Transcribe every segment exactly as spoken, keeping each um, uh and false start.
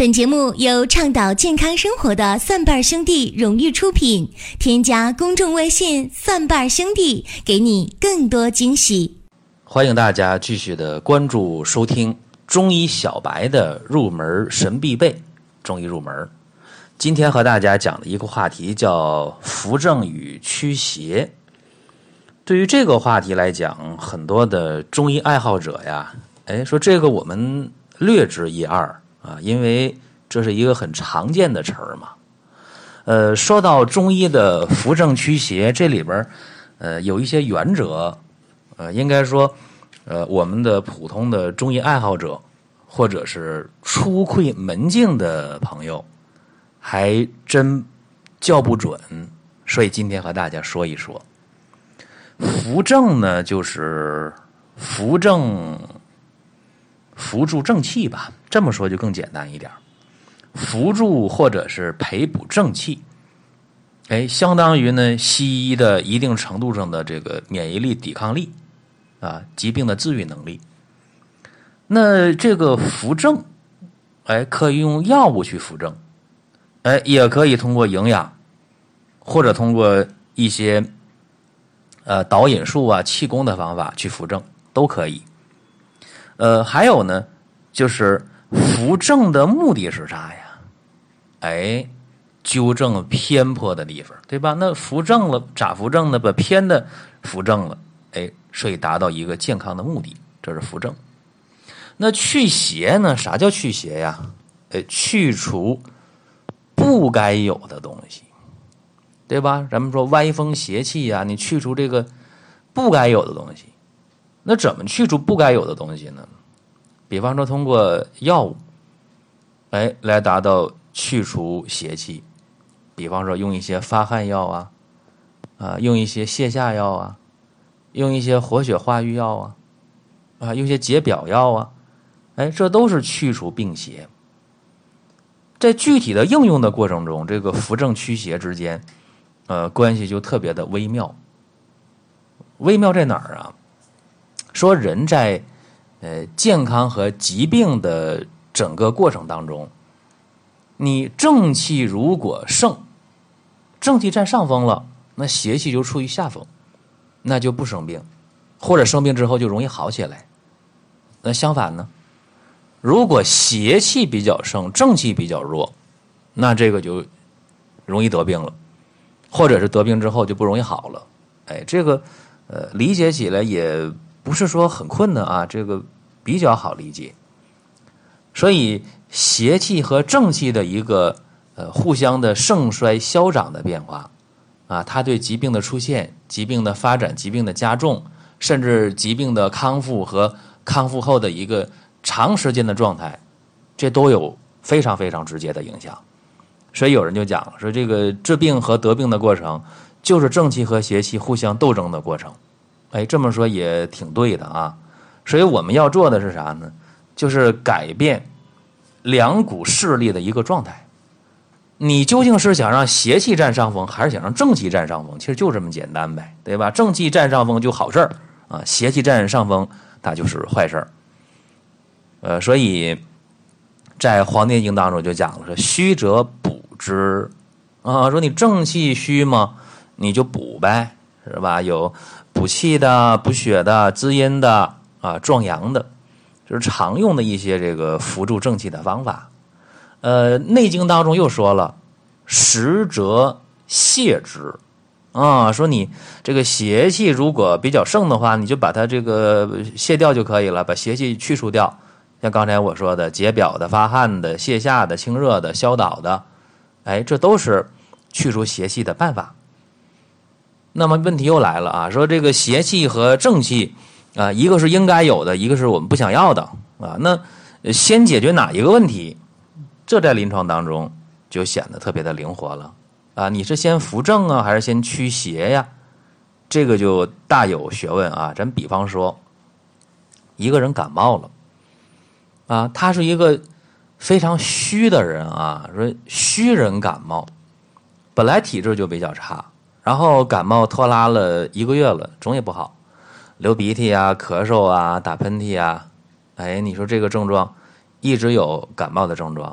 本节目由倡导健康生活的蒜瓣兄弟荣誉出品，添加公众微信蒜瓣兄弟，给你更多惊喜。 欢迎大家继续的关注收听中医小白的入门神必备中医入门。今天和大家讲的一个话题叫扶正与驱邪。对于这个话题来讲，很多的中医爱好者呀，哎，说这个我们略知一二啊，因为这是一个很常见的词儿嘛。呃，说到中医的扶正驱邪，这里边呃有一些原则，呃，应该说，呃，我们的普通的中医爱好者，或者是初窥门径的朋友，还真叫不准，所以今天和大家说一说。扶正呢，就是扶正扶助正气吧，这么说就更简单一点。扶助或者是培补正气，哎，相当于呢西医的一定程度上的这个免疫力、抵抗力啊，疾病的治愈能力。那这个扶正，哎，可以用药物去扶正，哎，也可以通过营养，或者通过一些呃导引术啊、气功的方法去扶正，都可以。呃，还有呢，就是扶正的目的是啥呀？哎，纠正偏颇的地方，对吧？那扶正了，咋扶正呢？把偏的扶正了，哎，所以达到一个健康的目的，这是扶正。那去邪呢？啥叫去邪呀？哎，去除不该有的东西，对吧？咱们说歪风邪气呀，你去除这个不该有的东西。那怎么去除不该有的东西呢？比方说通过药物，哎，来达到去除邪气。比方说用一些发汗药啊，啊，用一些泻下药啊，用一些活血化瘀药啊，啊，用一些解表药啊，哎，这都是去除病邪。在具体的应用的过程中，这个扶正驱邪之间，呃，关系就特别的微妙。微妙在哪儿啊？说人在呃健康和疾病的整个过程当中，你正气如果盛，正气占上风了，那邪气就处于下风，那就不生病，或者生病之后就容易好起来。那相反呢，如果邪气比较盛，正气比较弱，那这个就容易得病了，或者是得病之后就不容易好了。哎，这个呃理解起来也不是说很困难啊，这个比较好理解。所以邪气和正气的一个呃互相的盛衰消长的变化啊，它对疾病的出现、疾病的发展、疾病的加重，甚至疾病的康复和康复后的一个长时间的状态，这都有非常非常直接的影响。所以有人就讲说，这个治病和得病的过程就是正气和邪气互相斗争的过程。哎，这么说也挺对的啊。所以我们要做的是啥呢？就是改变两股势力的一个状态。你究竟是想让邪气占上风，还是想让正气占上风？其实就这么简单呗，对吧？正气占上风就好事儿啊，邪气占上风它就是坏事儿。呃，所以在《黄帝经》当中就讲了说，虚者补之啊，说你正气虚嘛，你就补呗，是吧？有补气的、补血的、滋阴的啊、壮阳的，就是常用的一些这个扶助正气的方法。呃，《内经》当中又说了，实则泻之啊，说你这个邪气如果比较盛的话，你就把它这个泻掉就可以了，把邪气去除掉。像刚才我说的，解表的、发汗的、泻下的、清热的、消导的，哎，这都是去除邪气的办法。那么问题又来了啊，说这个邪气和正气啊，一个是应该有的，一个是我们不想要的啊。那先解决哪一个问题？这在临床当中就显得特别的灵活了啊！你是先扶正啊，还是先驱邪呀？这个就大有学问啊。咱比方说，一个人感冒了啊，他是一个非常虚的人啊，说虚人感冒，本来体质就比较差，然后感冒拖拉了一个月了，总也不好，流鼻涕啊、咳嗽啊、打喷嚏啊，哎，你说这个症状一直有感冒的症状，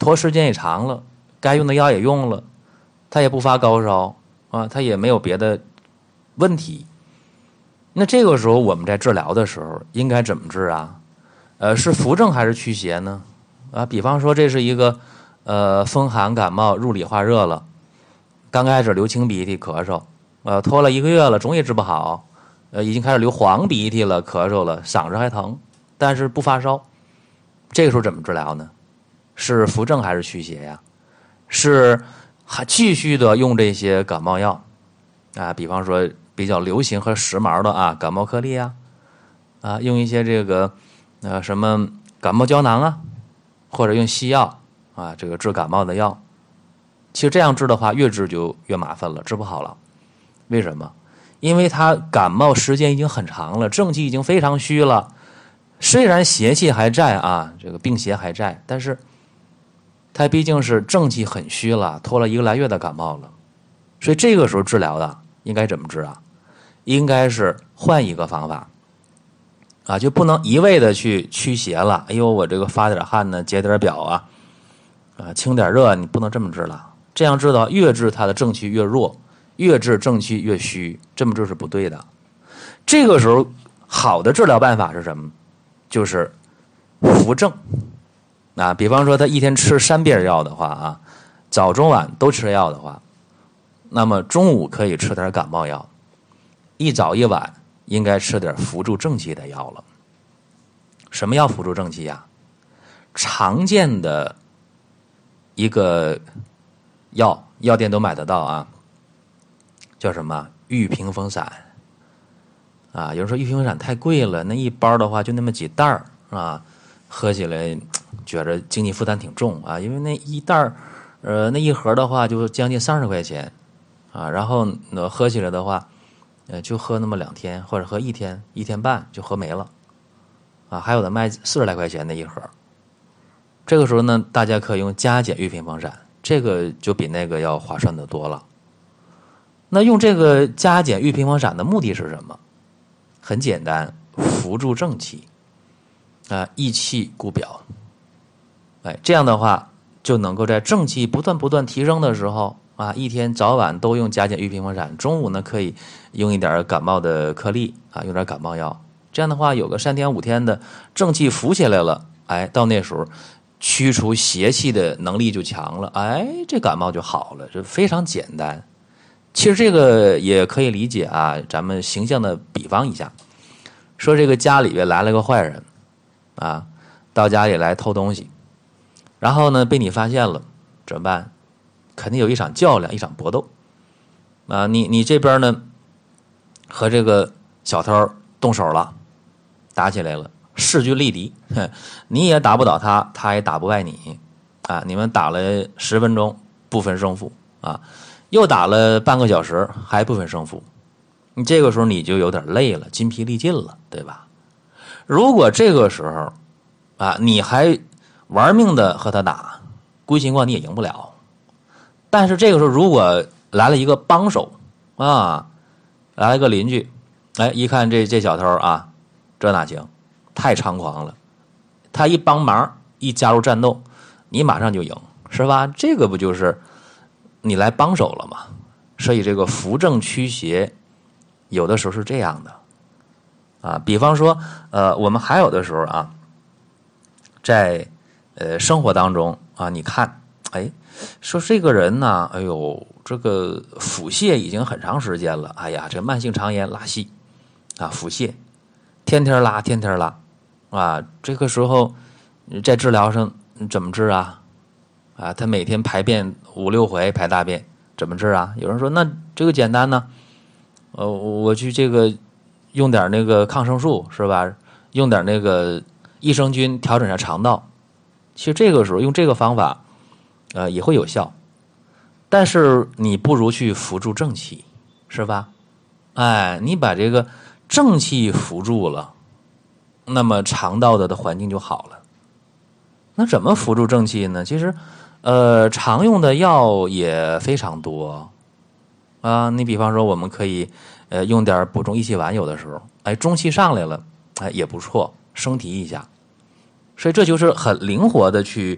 拖时间也长了，该用的药也用了，他也不发高烧啊，他也没有别的问题。那这个时候我们在治疗的时候应该怎么治啊？呃，是扶正还是驱邪呢？啊，比方说这是一个呃风寒感冒入里化热了，刚开始流清鼻涕咳嗽，呃拖了一个月了，总也治不好，呃已经开始流黄鼻涕了，咳嗽了，嗓子还疼，但是不发烧，这个时候怎么治疗呢？是扶正还是驱邪呀？是还继续的用这些感冒药啊，比方说比较流行和时髦的啊，感冒颗粒啊，啊，用一些这个呃什么感冒胶囊啊，或者用西药啊，这个治感冒的药。其实这样治的话，越治就越麻烦了，治不好了。为什么？因为他感冒时间已经很长了，正气已经非常虚了。虽然邪气还在啊，这个病邪还在，但是他毕竟是正气很虚了，拖了一个来月的感冒了。所以这个时候治疗的应该怎么治啊？应该是换一个方法啊，就不能一味的去驱邪了。哎呦，我这个发点汗呢，解点表啊，啊，清点热，你不能这么治了。这样治的话，越治他的正气越弱，越治正气越虚，这么治是不对的。这个时候好的治疗办法是什么？就是扶正啊。比方说他一天吃三遍药的话啊，早中晚都吃药的话，那么中午可以吃点感冒药，一早一晚应该吃点扶助正气的药了。什么药扶助正气呀？常见的一个药，药店都买得到啊，叫什么？玉屏风散啊。有人说玉屏风散太贵了，那一包的话就那么几袋儿啊，喝起来觉着经济负担挺重啊，因为那一袋儿，呃，那一盒的话就将近三十块钱啊，然后呢喝起来的话，呃，就喝那么两天或者喝一天一天半就喝没了啊，还有的卖四十来块钱的一盒。这个时候呢，大家可以用加减玉屏风散，这个就比那个要划算的多了。那用这个加减玉屏风散的目的是什么？很简单，扶助正气啊，益气固表。哎，这样的话就能够在正气不断不断提升的时候啊，一天早晚都用加减玉屏风散，中午呢可以用一点感冒的颗粒啊，用点感冒药。这样的话有个三天五天的正气浮起来了，哎，到那时候驱除邪气的能力就强了，哎，这感冒就好了，这非常简单。其实这个也可以理解啊，咱们形象的比方一下，说这个家里边来了个坏人啊，到家里来偷东西，然后呢被你发现了，怎么办？肯定有一场较量，一场搏斗啊，你你这边呢和这个小偷动手了，打起来了，势均力敌，你也打不倒他，他也打不败你啊！你们打了十分钟不分胜负啊，又打了半个小时还不分胜负，你这个时候你就有点累了，筋疲力尽了，对吧？如果这个时候啊你还玩命的和他打，估计情况你也赢不了。但是这个时候如果来了一个帮手啊，来了一个邻居，哎，一看这这小偷啊，这哪行？太猖狂了，他一帮忙一加入战斗，你马上就赢，是吧？这个不就是你来帮手了吗？所以这个扶正驱邪有的时候是这样的啊，比方说呃我们还有的时候啊，在呃生活当中啊，你看哎，说这个人呢，哎呦，这个腹泻已经很长时间了，哎呀，这慢性肠炎拉稀啊，腹泻天天拉天天拉啊，这个时候在治疗上怎么治啊？啊，他每天排便五六回排大便，怎么治啊？有人说那这个简单呢，呃，我去这个用点那个抗生素是吧？用点那个益生菌调整一下肠道。其实这个时候用这个方法，呃，也会有效，但是你不如去扶助正气，是吧？哎，你把这个正气扶住了，那么肠道的的环境就好了。那怎么扶助正气呢？其实，呃，常用的药也非常多啊。你比方说，我们可以呃用点补中益气丸，有的时候，哎，中气上来了，哎，也不错，升提一下。所以这就是很灵活的去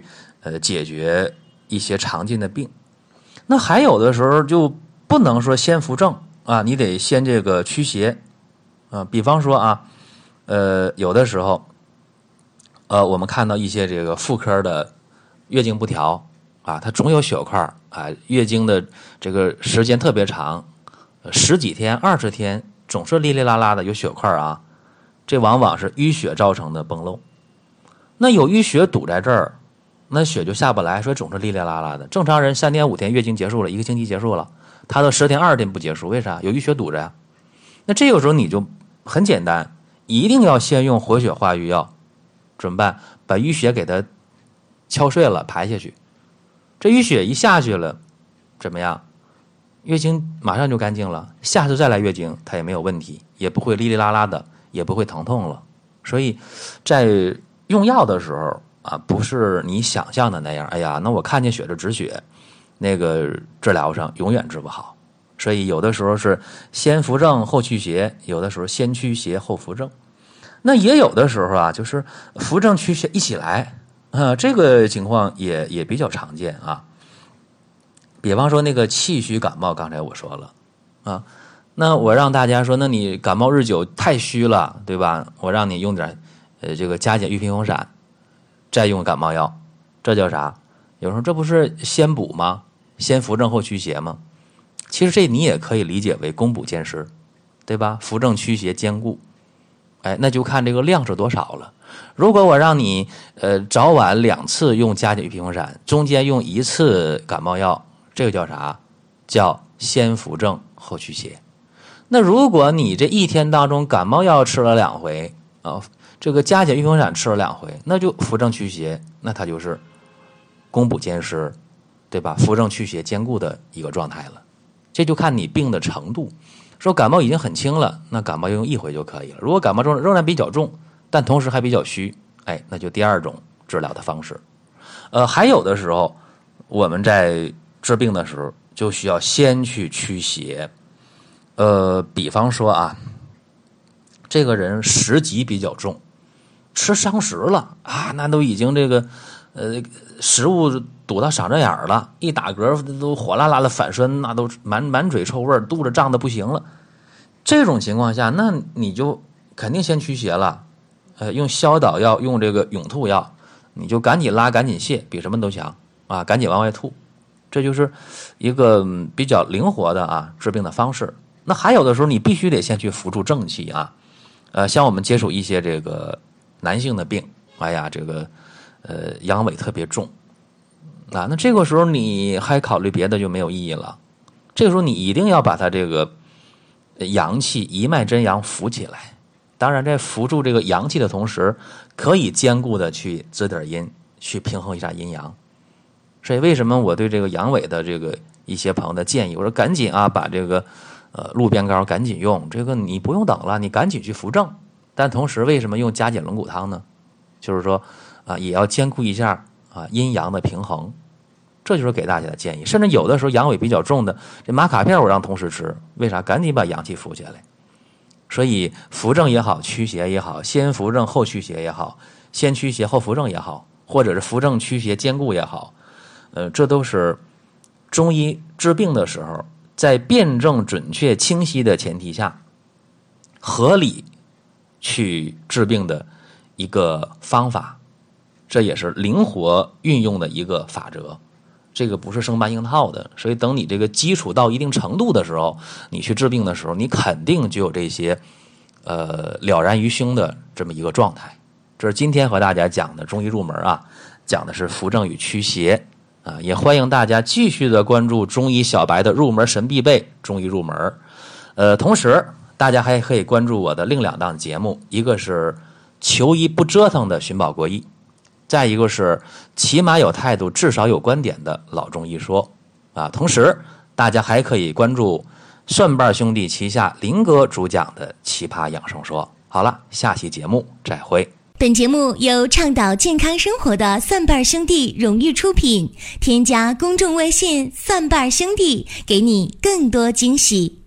呃解决一些常见的病。那还有的时候就不能说先扶正啊，你得先这个驱邪啊。比方说啊，呃，有的时候，呃，我们看到一些这个妇科的月经不调啊，它总有血块啊，月经的这个时间特别长，十几天、二十天，总是哩哩啦啦的有血块啊，这往往是淤血造成的崩漏。那有淤血堵在这儿，那血就下不来，所以总是哩哩啦啦的。正常人三天五天月经结束了，一个星期结束了，他都十天二十天不结束，为啥？有淤血堵着呀。那这个时候你就很简单，一定要先用活血化瘀药，怎么办？把淤血给它敲碎了排下去。这淤血一下去了，怎么样？月经马上就干净了，下次再来月经它也没有问题，也不会哩哩啦啦的，也不会疼痛了。所以在用药的时候啊，不是你想象的那样，哎呀，那我看见血就止血，那个治疗上永远治不好。所以有的时候是先扶正后驱邪，有的时候先驱邪后扶正。那也有的时候啊，就是扶正驱邪一起来啊，这个情况也也比较常见啊。比方说那个气虚感冒，刚才我说了啊，那我让大家说，那你感冒日久太虚了，对吧？我让你用点呃这个加减玉屏风散，再用感冒药，这叫啥？有时候这不是先补吗？先扶正后驱邪吗？其实这你也可以理解为攻补兼施，对吧？扶正驱邪兼顾，哎，那就看这个量是多少了。如果我让你呃早晚两次用加减玉屏风散，中间用一次感冒药，这个叫啥？叫先扶正后驱邪。那如果你这一天当中感冒药吃了两回啊，这个加减玉屏风散吃了两回，那就扶正驱邪，那它就是攻补兼施，对吧？扶正驱邪兼顾的一个状态了。这就看你病的程度，说感冒已经很轻了，那感冒用一回就可以了。如果感冒中仍然比较重，但同时还比较虚，哎，那就第二种治疗的方式。呃，还有的时候我们在治病的时候就需要先去驱邪。呃，比方说啊，这个人食疾比较重，吃伤食了啊，那都已经这个呃食物堵到嗓子眼儿了，一打嗝都火辣辣的反酸，那都满满嘴臭味，肚子胀得不行了。这种情况下，那你就肯定先驱邪了，呃，用消导药，用这个涌吐药，你就赶紧拉，赶紧泻，比什么都强啊，赶紧往外吐。这就是一个比较灵活的啊治病的方式。那还有的时候你必须得先去扶助正气啊，呃，像我们接触一些这个男性的病，哎呀，这个呃阳痿特别重啊，那这个时候你还考虑别的就没有意义了。这个时候你一定要把它这个阳气一脉真阳扶起来。当然在扶助这个阳气的同时，可以兼顾的去滋点阴，去平衡一下阴阳。所以为什么我对这个阳痿的这个一些朋友的建议，我说赶紧啊把这个呃鹿鞭膏赶紧用，这个你不用等了，你赶紧去扶正。但同时为什么用加减龙骨汤呢？就是说啊也要兼顾一下啊阴阳的平衡。这就是给大家的建议。甚至有的时候阳痿比较重的，这玛卡片我让同事吃，为啥？赶紧把阳气扶起来。所以扶正也好，驱邪也好，先扶正后驱邪也好，先驱邪后扶正也好，或者是扶正驱邪兼顾也好，呃，这都是中医治病的时候，在辩证准确清晰的前提下，合理去治病的一个方法，这也是灵活运用的一个法则。这个不是生搬硬套的，所以等你这个基础到一定程度的时候，你去治病的时候，你肯定就有这些呃了然于胸的这么一个状态。这是今天和大家讲的中医入门啊，讲的是扶正与驱邪啊，也欢迎大家继续的关注中医小白的入门神必备中医入门。呃，同时大家还可以关注我的另两档节目，一个是求医不折腾的寻宝国医，再一个是起码有态度至少有观点的老中医说啊。同时大家还可以关注蒜瓣兄弟旗下林哥主讲的奇葩养生说。好了，下期节目再会。 本节目由倡导健康生活的蒜瓣兄弟荣誉出品，添加公众微信蒜瓣兄弟，给你更多惊喜。